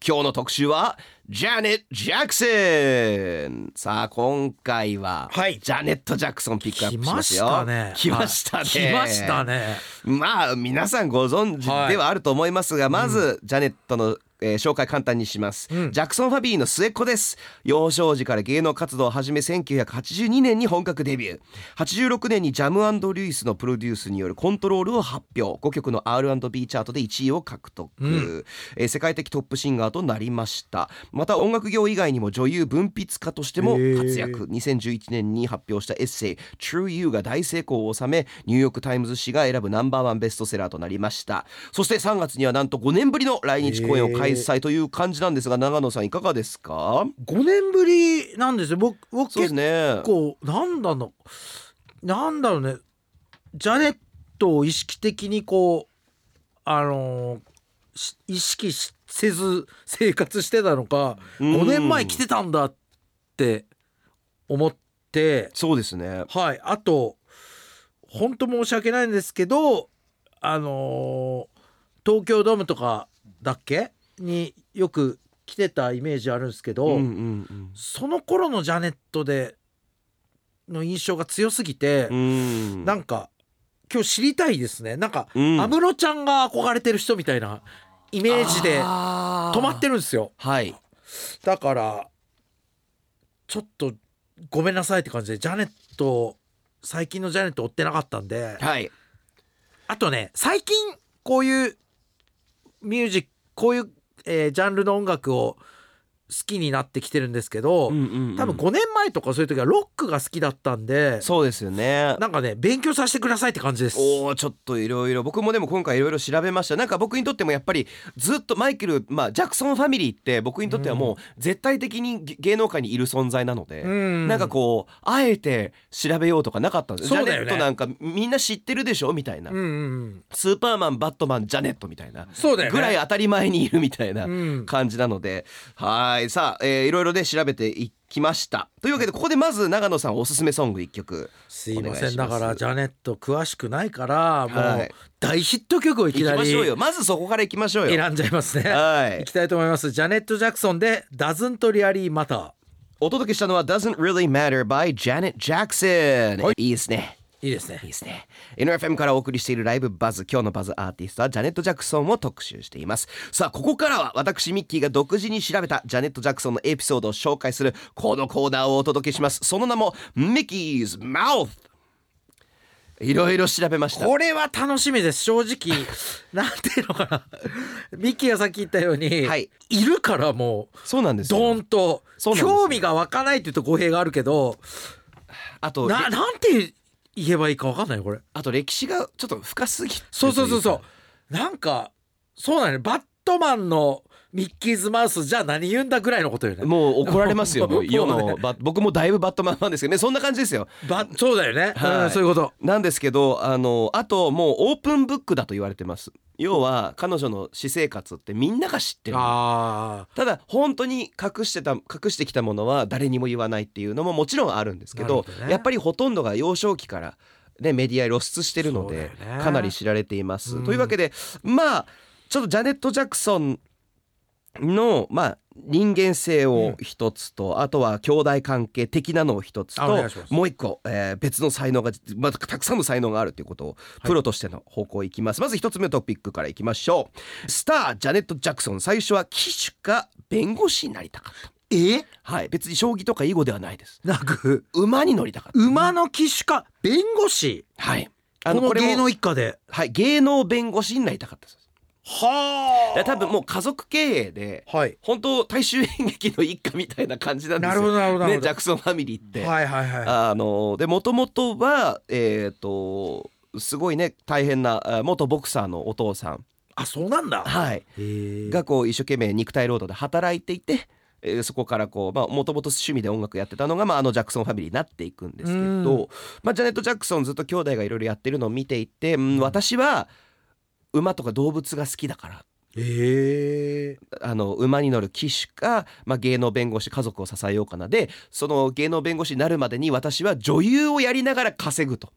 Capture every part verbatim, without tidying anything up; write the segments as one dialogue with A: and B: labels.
A: 今日の特集はジャネット・ジャクソン。さあ今回は、はい、ジャネット・ジャクソンピックアップしますよ。
B: 来ましたね。
A: 来ましたね。
B: 来ましたね。
A: まあ皆さんご存知ではあると思いますが、はい、まず、うん、ジャネットのえー、紹介簡単にします、うん、ジャクソンファミリーの末っ子です。幼少時から芸能活動を始めせんきゅうひゃくはちじゅうにねんに本格デビュー。はちじゅうろくねんにジャム&リュイスのプロデュースによるコントロールを発表。ごきょくの アールアンドビー チャートでいちいを獲得、うんえー、世界的トップシンガーとなりました。また音楽業以外にも女優文筆家としても活躍。にせんじゅういちねんに発表したエッセイ True You が大成功を収め、ニューヨークタイムズ紙が選ぶナンバーワンベストセラーとなりました。そしてさんがつにはなんとごねんぶりの来日公演を開催という感じなんですが、長野さんいかがですか？
B: ごねんぶりなんですよ。僕、僕
A: そうですね、
B: 結構なんだろうなんだろうねジャネットを意識的にこうあのー、意識せず生活してたのか、ごねんまえ来てたんだって思って。
A: そうですね。
B: はい。あと本当申し訳ないんですけど、あのー、東京ドームとかだっけによく来てたイメージあるんですけど、うんうんうん、その頃のジャネットでの印象が強すぎて、うん、なんか今日知りたいですね。なんか安室、うん、ちゃんが憧れてる人みたいなイメージで止まってるんですよ。
A: はい。
B: だからちょっとごめんなさいって感じで、ジャネット最近のジャネット追ってなかったんで、
A: はい、あ
B: とね最近こういうミュージックこういうえー、ジャンルの音楽を好きになってきてるんですけど、うんうんうん、多分ごねんまえとかそういう時はロックが好きだったんで。
A: そうですよね。
B: なんかね勉強させてくださいって感じです。
A: おー、ちょっといろいろ僕もでも今回いろいろ調べました。なんか僕にとってもやっぱりずっとマイケル、まあ、ジャクソンファミリーって僕にとってはもう絶対的に芸能界にいる存在なので、うん、なんかこうあえて調べようとかなかったんです。
B: そうだよね、
A: ジャネットなんかみんな知ってるでしょみたいな、うんうん、スーパーマンバットマンジャネットみたいなぐらい当たり前にいるみたいな感じなので、うん、はいさあ、えー、いろいろで調べていきましたというわけで、ここでまず長野さんおすすめソングいっきょく。
B: すいません、だからジャネット詳しくないからもう大ヒット曲をいきなり
A: 行きましょうよ。まずそこから行きましょうよ。
B: 選んじゃいますね。
A: はい、
B: 行きたいと思います。ジャネット・ジャクソンで Doesn't Really Matter。
A: お届けしたのは Doesn't Really Matter by Janet Jackson、はい、いいですね
B: いいですね
A: いいですね。 エヌエフエム からお送りしているライブバズ。今日のバズアーティストはジャネット・ジャクソンを特集しています。さあここからは私ミッキーが独自に調べたジャネット・ジャクソンのエピソードを紹介するこのコーナーをお届けします。その名もミッキーズ・マウス。いろいろ調べました。
B: これは楽しみです。正直なんていうのかなミッキーがさっき言ったように、はい、いるからもう
A: そうなんですよ。
B: ドーンと興味が湧かないっていうと語弊があるけど、あと な, なんて言えばいいか分かんないよこれ。
A: あと歴史がちょっと深すぎる。
B: そうそうそうそうなんかそうなのね。バットマンのミッキーズマウスじゃあ何言うんだぐらいのことよね。
A: もう怒られますよ世のバ僕もだいぶバットマンファンですけどね。そんな感じですよ。
B: バそうだよね、はい、うん、そういうこと
A: なんですけど、あのあともうオープンブックだと言われてます。要は彼女の私生活ってみんなが知ってる。あただ本当に隠してた隠してきたものは誰にも言わないっていうのももちろんあるんですけど、ど、ね、やっぱりほとんどが幼少期からね、メディアに露出してるので、ね、かなり知られています、うん、というわけでまあちょっとジャネット・ジャクソンの、まあ、人間性を一つと、うん、あとは兄弟関係的なのを一つともう一個、えー、別の才能が、まあ、たくさんの才能があるということをプロとしての方向へ行きます、はい、まず一つ目のトピックからいきましょう。スタージャネット・ジャクソン、最初は騎手か弁護士になりたかった。
B: え
A: はい、別に将棋とか囲碁ではないです。
B: なんか
A: 馬に乗りたかった。
B: 馬の騎手か弁護士。
A: はい、
B: あのこの芸能一家で、
A: はい、芸能弁護士になりたかったです。
B: はあ。
A: 多分もう家族経営で、はい、本当大衆演劇の一家みたいな感じなんですよ。
B: なるほどなるほど、ね、
A: ジャクソンファミリーって。
B: はいはいはい。
A: あので元々はえっ、ー、とすごいね大変な元ボクサーのお父さん。
B: あ、そうなんだ。
A: はい。へがこう一生懸命肉体労働で働いていて、えー、そこからこうまあもともと趣味で音楽やってたのが、まあ、あのジャクソンファミリーになっていくんですけど、まあ、ジャネット・ジャクソンずっと兄弟がいろいろやってるのを見ていて、うん、私は馬とか動物が好きだから。
B: えー、
A: あの馬に乗る騎手か、まあ、芸能弁護士家族を支えようかなで、その芸能弁護士になるまでに私は女優をやりながら稼ぐと。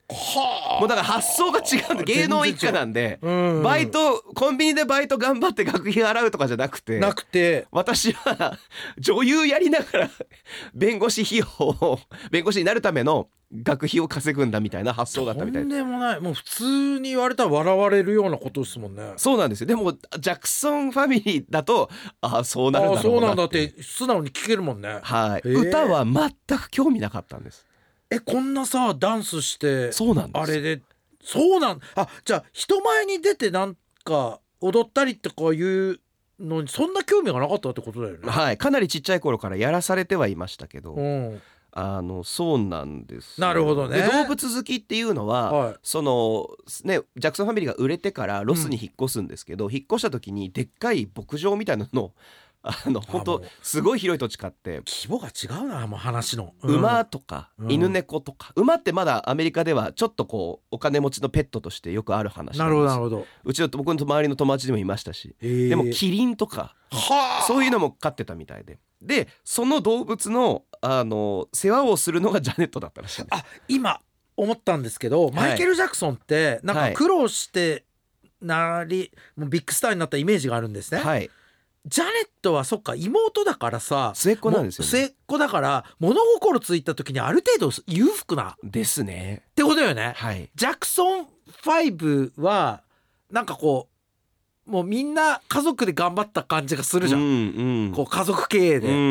B: はあ、
A: もうだから発想が違うんで、芸能一家なんで、
B: うん、
A: バイトコンビニでバイト頑張って学費払うとかじゃなくて
B: なくて
A: 私は女優やりながら弁護士費用を弁護士になるための学費を稼ぐんだみたいな発想だったみたい
B: とん
A: です。
B: でもない。もう普通に言われたら笑われるようなことですもんね。
A: そうなんですよ。でもジャクソンファミリーだとああそうなるんだろうなって。
B: あそうなんだって素直に聞けるもんね。
A: はい、
B: へー
A: 歌は全く興味なかったんです。
B: えこんなさダンスして
A: そうなんです。
B: あれでそうなんあじゃあ人前に出てなんか踊ったりとかいうのにそんな興味がなかったってことだよね。
A: はい、かなりちっちゃい頃からやらされてはいましたけど、
B: うん、
A: あのそうなんですよ。
B: なるほどね。
A: で動物好きっていうのは、
B: はい、
A: そのねジャクソンファミリーが売れてからロスに引っ越すんですけど、うん、引っ越した時にでっかい牧場みたいなのをあの本当すごい広い土地買って、
B: 規模が違うなもう話の、うん、
A: 馬とか犬猫とか、うん、馬ってまだアメリカではちょっとこうお金持ちのペットとしてよくある話なんです。
B: なるほどなるほど。
A: うちの僕の周りの友達でもいましたし、でもキリンとかそういうのも飼ってたみたいで、でその動物のあの世話をするのがジャネットだったらしいんです。
B: あ今思ったんですけど、はい、マイケル・ジャクソンってなんか苦労してなり、もうビッグスターになったイメージがあるんですね。はい、ジャネットはそっか妹だからさ
A: 末っ子なんですよね。
B: 末っ子だから物心ついた時にある程度裕福な
A: ですね
B: ってことよね。
A: はい、
B: ジャクソンファイブはなんかこうもうみんな家族で頑張った感じがするじゃん、うんうん、こう家族経営で、うん、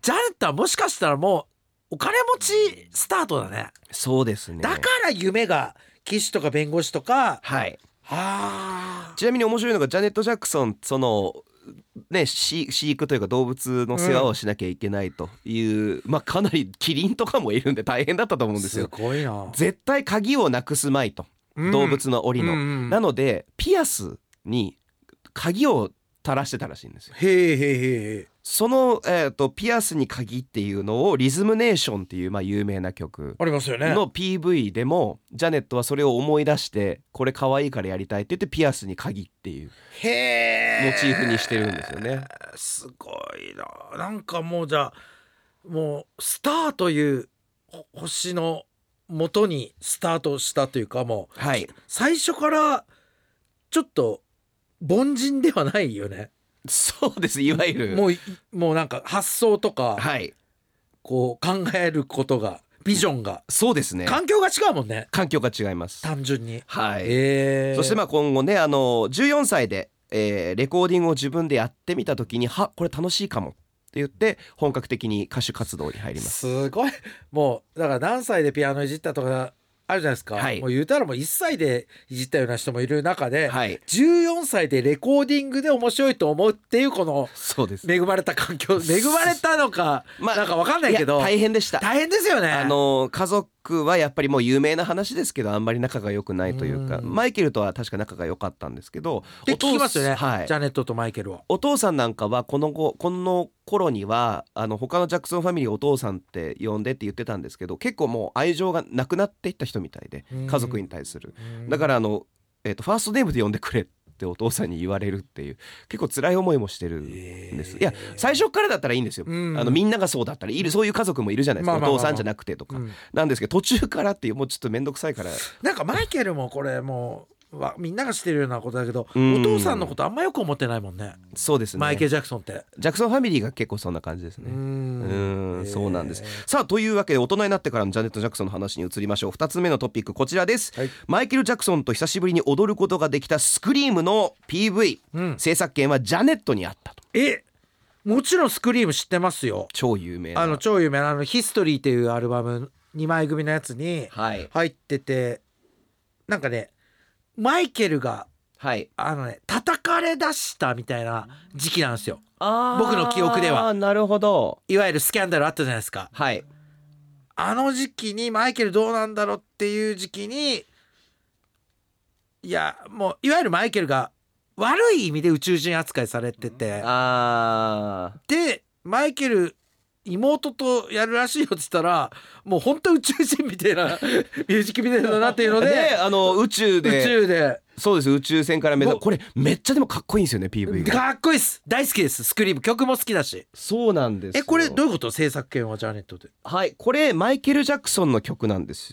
B: ジャネットはもしかしたらもうお金持ちスタートだね。
A: そうですね。
B: だから夢が騎士とか弁護士とか。
A: はい。
B: は
A: ちなみに面白いのがジャネット・ジャクソンそのね、飼育というか動物の世話をしなきゃいけないという、うん、まあかなりキリンとかもいるんで大変だったと思うんですよ。
B: すごいな。
A: 絶対鍵をなくすまいと、うん、動物の檻の、うんうん、なのでピアスに鍵を垂らしてたらしいんですよ。
B: へーへーへー。
A: その、えーと、ピアスに鍵っていうのをリズムネーションっていう、まあ、有名な曲
B: ありますよね
A: の ピーブイ でもジャネットはそれを思い出してこれ可愛いからやりたいって言ってピアスに鍵っていうモチーフにしてるんですよね。
B: すごいな。なんかもうじゃあもうスターという星の元にスタートしたというかもう、はい、最初からちょっと凡人ではないよね。
A: そうです。いわゆる
B: もうもうなんか発想とか、
A: はい、
B: こう考えることがビジョンが、
A: そうですね。
B: 環境が違うもんね。
A: 環境が違います
B: 単純に。
A: はい、えー、そしてまあ今後ねあのじゅうよんさいで、えー、レコーディングを自分でやってみた時にはこれ楽しいかもって言って本格的に歌手活動に入ります。
B: すごい。もうだから何歳でピアノいじったとかあるじゃないですか、はい、もう言うたらもういっさいでいじったような人もいる中で、はい、じゅうよんさいでレコーディングで面白いと思うっていうこの恵まれた環境、恵まれたのか、まあ、なんか分かんないけど
A: 大変でした。
B: 大変ですよね。
A: あの家族はやっぱりもう有名な話ですけどあんまり仲が良くないというか、マイケルとは確か仲が良かったんですけど
B: って聞きますよね、はい、ジャネットとマイケルは。
A: お父さんなんかはこの後この頃にはあの他のジャクソンファミリーお父さんって呼んでって言ってたんですけど結構もう愛情がなくなっていった人みたいで家族に対するだからあの、えーと、ファーストネームで呼んでくれってお父さんに言われるっていう結構辛い思いもしてるんです。いや最初からだったらいいんですよ、うん、あのみんながそうだったらいるそういう家族もいるじゃないですか、まあまあまあまあ、お父さんじゃなくてとか、うん、なんですけど途中からっていうもうちょっと面倒くさいから
B: なんかマイケルもこれもうはみんなが知ってるようなことだけどお父さんのことあんまよく思ってないもんね。
A: そうですね。
B: マイケル・ジャクソンって
A: ジャクソンファミリーが結構そんな感じですね。うーん、そうなんです。さあというわけで大人になってからのジャネット・ジャクソンの話に移りましょう。ふたつめのトピックこちらです、はい、マイケル・ジャクソンと久しぶりに踊ることができたスクリームの ピーブイ、うん、制作権はジャネットにあったと。
B: えもちろんスクリーム知ってますよ。
A: 超有名な
B: あの超有名なあのヒストリーっていうアルバムにまい組のやつに入ってて、はい、なんかねマイケルが、はい、あのね叩かれ出したみたいな時期なんですよ。あ僕の記憶では。
A: なるほど。
B: いわゆるスキャンダルあったじゃないですか。
A: はい。
B: あの時期にマイケルどうなんだろうっていう時期にいやもういわゆるマイケルが悪い意味で宇宙人扱いされてて、あでマイケル妹とやるらしいよって言ったらもう本当宇宙人みたいなミュージックビデオだなっていうので、ね、
A: あの宇宙で
B: 宇宙で
A: そうです宇宙船から目指すこれめっちゃでもかっこいいんですよね ピーブイ が。
B: かっこいいです大好きですスクリーム曲も好きだし。
A: そうなんですよ。
B: えこれどういうこと制作権はジャネットで。
A: はいこれマイケル・ジャクソンの曲なんですよ。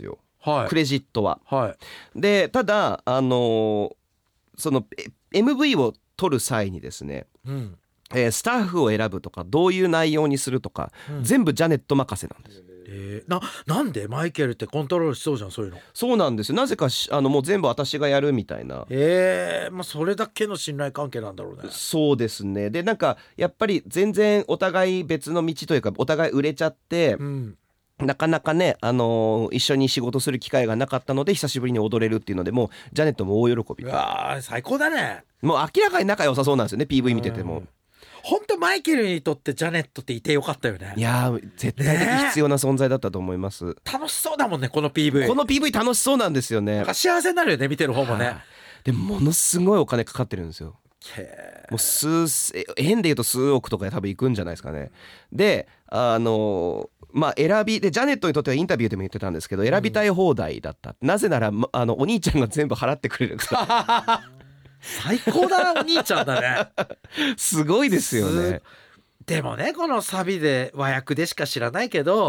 B: はい、
A: クレジットは、
B: はい、
A: でただあのー、その エムブイ を撮る際にですね、
B: うん
A: えー、スタッフを選ぶとかどういう内容にするとか、うん、全部ジャネット任せなんです。
B: えー、な, なんでマイケルってコントロールしそうじゃんそういうの。
A: そうなんですよ。なぜかあのもう全部私がやるみたいな。
B: えー、まあ、それだけの信頼関係なんだろうね。
A: そうですね。でなんかやっぱり全然お互い別の道というかお互い売れちゃって、うん、なかなかね、あのー、一緒に仕事する機会がなかったので久しぶりに踊れるっていうのでもうジャネットも大喜び。
B: うわ最高だね。
A: もう明らかに仲良さそうなんですよね ピーブイ 見てても。
B: 本当マイケルにとってジャネットっていてよかったよね。
A: いや絶対的必要な存在だったと思います、ね、
B: 楽しそうだもんねこの ピーブイ。
A: この ピーブイ 楽しそうなんですよね。
B: なんか幸せになるよね見てる方もね。
A: でものすごいお金かかってるんですよ。もう数円でいうと数億とか多分いくんじゃないですかね。であのまあ選びでジャネットにとってはインタビューでも言ってたんですけど選びたい放題だった、うん、なぜならあのお兄ちゃんが全部払ってくれるから
B: 最高だなお兄ちゃんだね
A: すごいですよね。
B: でもねこのサビで和訳でしか知らないけど、うん、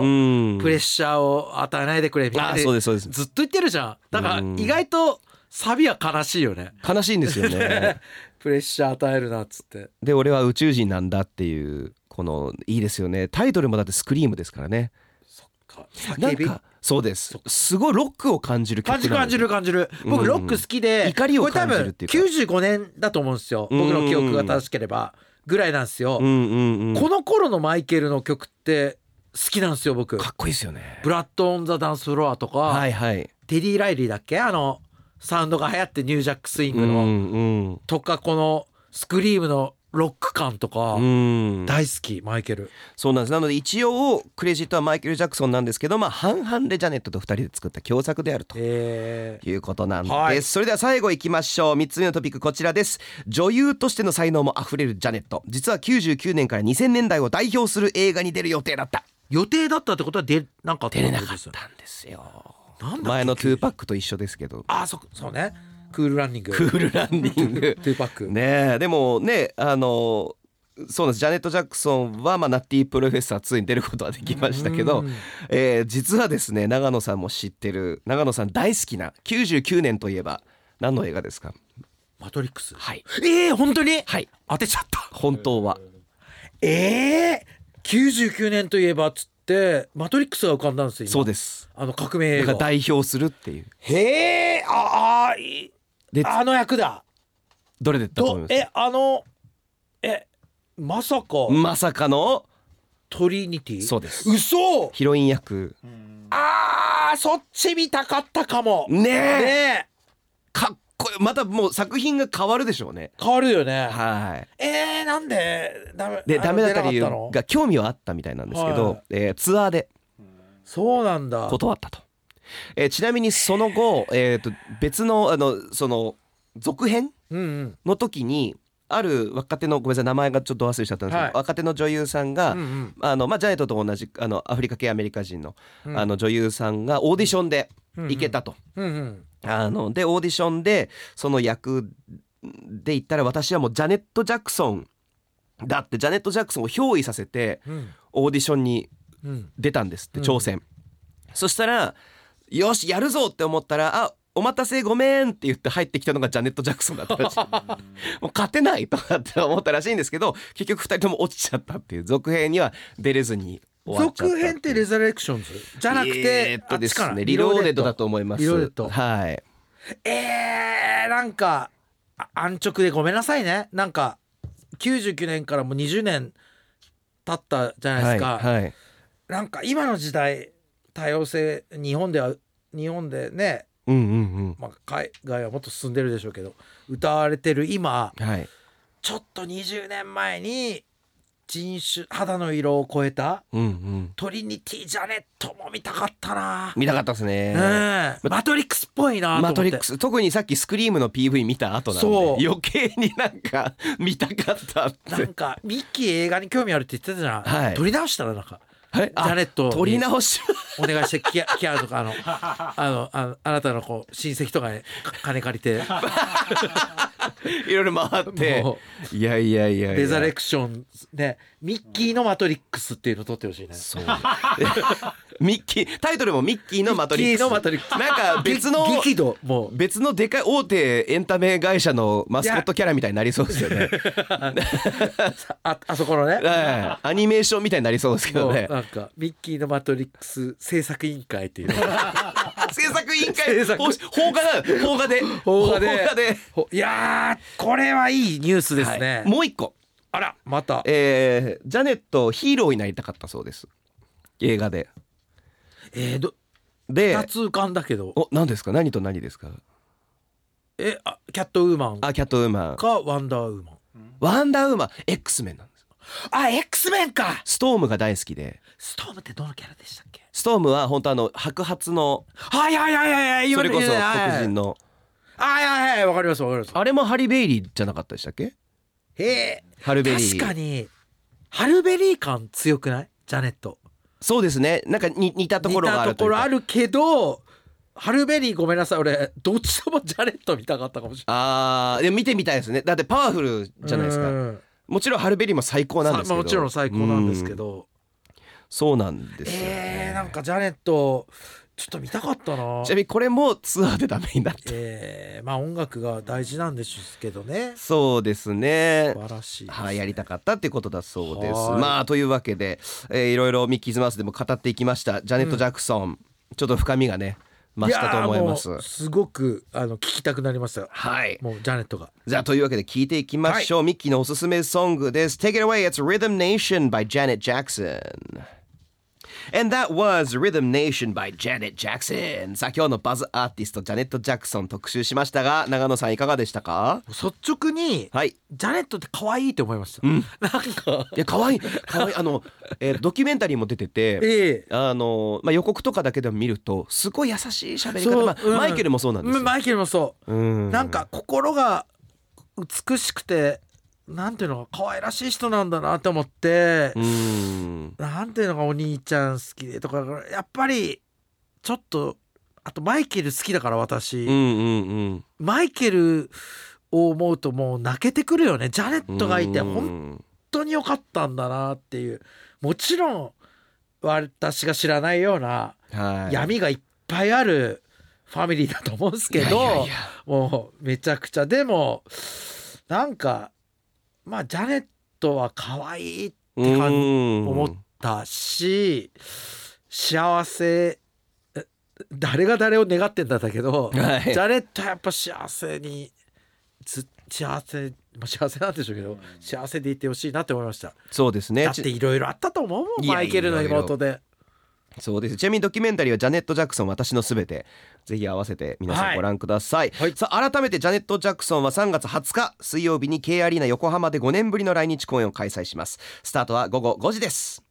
B: プレッシャーを与えないでくれみたいなずっと言ってるじゃん。だから意外とサビは悲しいよね。
A: 悲しいんですよね
B: プレッシャー与えるなっつって。
A: で俺は宇宙人なんだっていうこのいいですよね。タイトルもだってスクリームですからね。
B: そっか
A: なんかそうです。すごいロックを感じる曲なんです。
B: 感じる感じる感じる。僕ロック好きで、うん、
A: 怒りを感じるっていうか
B: これ多分きゅうじゅうごねんだと思うんですよ。僕の記憶が正しければぐらいなんですよ、うんうんうん、この頃のマイケルの曲って好きなんですよ僕。
A: かっこいいですよね。
B: ブラッドオンザダンスフロアとか、
A: はいはい、
B: テディ・ライリーだっけあのサウンドが流行ってニュージャックスイングの、うんうん、とかこのスクリームのロック感とか大好きマイケル。
A: そうなんです。なので一応クレジットはマイケル・ジャクソンなんですけど、まあ半々でジャネットとふたりで作った共作であるということなんです、はい、それでは最後いきましょう。みっつめのトピックこちらです。女優としての才能もあふれるジャネット、実はきゅうじゅうきゅうねんからにせんねんだいを代表する映画に出る予定だった。
B: 予定だったってことは出なんか
A: 出れなかったんですよ。前のツーパックと一緒ですけど。
B: あそそうねクールランニング
A: クールランニング
B: ツーパック
A: ね。でもねあのそうなんです。ジャネット・ジャクソンは、まあ、ナッティプロフェッサーツーに出ることはできましたけど、えー、実はですね長野さんも知ってる長野さん大好きなきゅうじゅうきゅうねんといえば何の映画ですか？
B: マトリックス。
A: はい。
B: えー、本当に？
A: はい。
B: 当てちゃった。
A: 本当は
B: えー、きゅうじゅうきゅうねんといえばっつってマトリックスが浮かんだんですよ今。
A: そうです。
B: あの革命映画
A: が代表するっていう。
B: へーああいあの役だ。
A: どれでだと思います？
B: えあのえまさか
A: まさかの
B: トリニティ。
A: そうです。
B: 嘘。
A: ヒロイン役。
B: あーそっち見たかったかも
A: ねえ、
B: ねえ
A: かっこいい。またもう作品が変わるでしょうね。
B: 変わるよね。
A: はい。
B: えー、なんでダメ
A: でダメだった理由が興味はあったみたいなんですけど、はい、えー、ツアーで
B: そうなんだ
A: 断ったと。えー、ちなみにその後、えー、と別のあのその続編の時に、うんうんある若手のごめんなさい名前がちょっと忘れちゃったんですけど、はい、若手の女優さんが、うんうんあのまあ、ジャネットと同じあのアフリカ系アメリカ人 の,、うん、あの女優さんがオーディションで行けたと、うんうん、あのでオーディションでその役で言ったら私はもうジャネット・ジャクソンだってジャネット・ジャクソンを憑依させてオーディションに出たんですって、うん、挑戦、うん、そしたらよしやるぞって思ったらあお待たせごめんって言って入ってきたのがジャネット・ジャクソンだったらしいもう勝てないとかって思ったらしいんですけど結局ふたりとも落ちちゃったっていう続編には出れずに終わっちゃった。
B: 続編ってレザレクションズじゃなくて、
A: えー、っとですねリローデッドだと思います。
B: リローデッド
A: はい
B: えー、なんか安直でごめんなさいね。なんかきゅうじゅうきゅうねんからもうにじゅうねん経ったじゃないですか、
A: はいはい、
B: なんか今の時代多様性日本では日本でね
A: うんうんうん
B: まあ、海外はもっと進んでるでしょうけど歌われてる今、
A: はい、
B: ちょっとにじゅうねんまえに人種肌の色を超えた、うんうん、トリニティ・ジャネットも見たかったな。
A: 見たかったですね、
B: ねマトリックスっぽいなと思って。
A: マトリックス特にさっきスクリームの ピーブイ 見た後なんで余計になんか見たかったって。
B: なんかミッキー映画に興味あるって言ってたじゃん、はい、撮り直したらなんか
A: ジ
B: ャネット
A: 撮り直し
B: お願いしてキア、キアとかあのあのあのあなたのこう親戚とかに金借りて
A: いろいろ回っていやいやいやいや
B: レザレクションねミッキーのマトリックスっていうの撮ってほしいね。
A: そうミッキータイトルもミッキーのマトリックス。
B: ミッキーのマトリックス
A: なんか別の
B: 激怒もう
A: 別のでかい大手エンタメ会社のマスコットキャラみたいになりそうですよね
B: あ, あそこのね、
A: はい、アニメーションみたいになりそうですけどね。
B: なんかミッキーのマトリックス制作委員会っていうの
A: 制作委員会放課だ放課で
B: 放課で
A: 放課で
B: いやーこれはいいニュースですね、
A: はい、もう一個
B: あらまた、
A: えー、ジャネットヒーローになりたかったそうです、映画で。
B: えー、ど
A: で
B: ふたつ浮かんだけど、
A: お何ですか、何と何ですか。
B: えあキャットウーマン
A: あキャットウーマン
B: かワンダーウーマン、
A: ワンダーウーマン X メンなんです。
B: あ X メンか。
A: ストームが大好きで。
B: ストームってどのキャラでしたっけ。
A: ストームは本当あの白髪の
B: はいはいはいはいはい
A: それこそ黒人の
B: はいはいはいわかりますわかります。
A: あれもハリベイリーじゃなかったでしたっけ。
B: へえ
A: ハルベリー
B: 確かにハルベリー感強くない、ジャネット。
A: そうですね、なんかに似たところがあるというか。
B: 似たところあるけどハルベリーごめんなさい俺どっちともジャネット見たかったかもしれない。
A: あーでも見てみたいですね。だってパワフルじゃないですか。もちろんハルベリーも最高なんですけど、
B: もちろん最高なんですけど、
A: そうなんですよね。
B: えー、なんかジャネットちょっと見たかったな。
A: ちなみにこれもツアーでダメになった。
B: えー、まあ音楽が大事なんですけどね。
A: そうですね、
B: 素晴らしいですね。
A: はい、やりたかったっていうことだそうです。
B: はい
A: まあというわけで、えー、いろいろミッキーズマウスでも語っていきましたジャネット・ジャクソン、うん、ちょっと深みがね増したと思います。
B: いやもうすごくあの聞きたくなりました。
A: はい、
B: もうジャネットが。
A: じゃあというわけで聞いていきましょう、はい、ミッキーのおすすめソングです。 Take it away, it's Rhythm Nation by Janet Jackson And that was Rhythm Nation by Janet Jackson。 さあ今日のバズアーティストジャネット・ジャクソン特集しましたが、長野さんいかがでしたか。
B: 率直に、はい、ジャネットって可愛いって思いました、うん、なんか
A: いや可愛い可愛いあの、えー、ドキュメンタリーも出てて、えーあのまあ、予告とかだけでも見るとすごい優しい喋り方、まあうん、マイケルもそうなんですよ。
B: マイケルもそう、うん、なんか心が美しくてなんていうのが可愛らしい人なんだなと思って、うーんなんていうのがお兄ちゃん好きでとかやっぱりちょっとあとマイケル好きだから私、うんうんうん、マイケルを思うともう泣けてくるよね。ジャネットがいて本当に良かったんだなっていう、もちろん私が知らないような闇がいっぱいあるファミリーだと思うんですけど、いやいやいやもうめちゃくちゃでもなんかまあジャネットは可愛いって思ったし幸せ誰が誰を願ってんだったけど、はい、ジャネットはやっぱ幸せにず幸せ、まあ、幸せなんでしょうけど幸せでいてほしいなって思いました。
A: そうですね。
B: だっていろいろあったと思うもんマイケルの妹で。
A: そうです。ちなみにドキュメンタリーはジャネット・ジャクソン私のすべて、ぜひ合わせて皆さんご覧ください、はいはい、さあ改めてジャネット・ジャクソンはさんがつはつか水曜日に K アリーナ横浜でごねんぶりの来日公演を開催します。スタートは午後ごじです。